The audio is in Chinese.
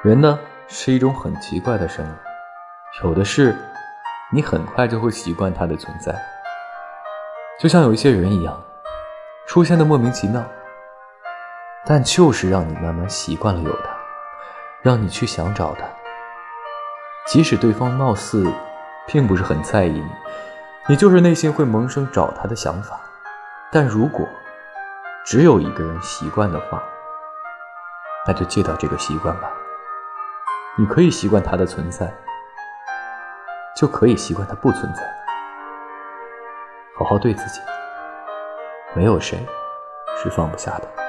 人呢，是一种很奇怪的生物，有的是你很快就会习惯它的存在，就像有一些人一样，出现的莫名其妙，但就是让你慢慢习惯了有它，让你去想找它。即使对方貌似并不是很在意你，你就是内心会萌生找他的想法。但如果只有一个人习惯的话，那就戒掉这个习惯吧。你可以习惯它的存在，就可以习惯它不存在。好好对自己，没有谁是放不下的。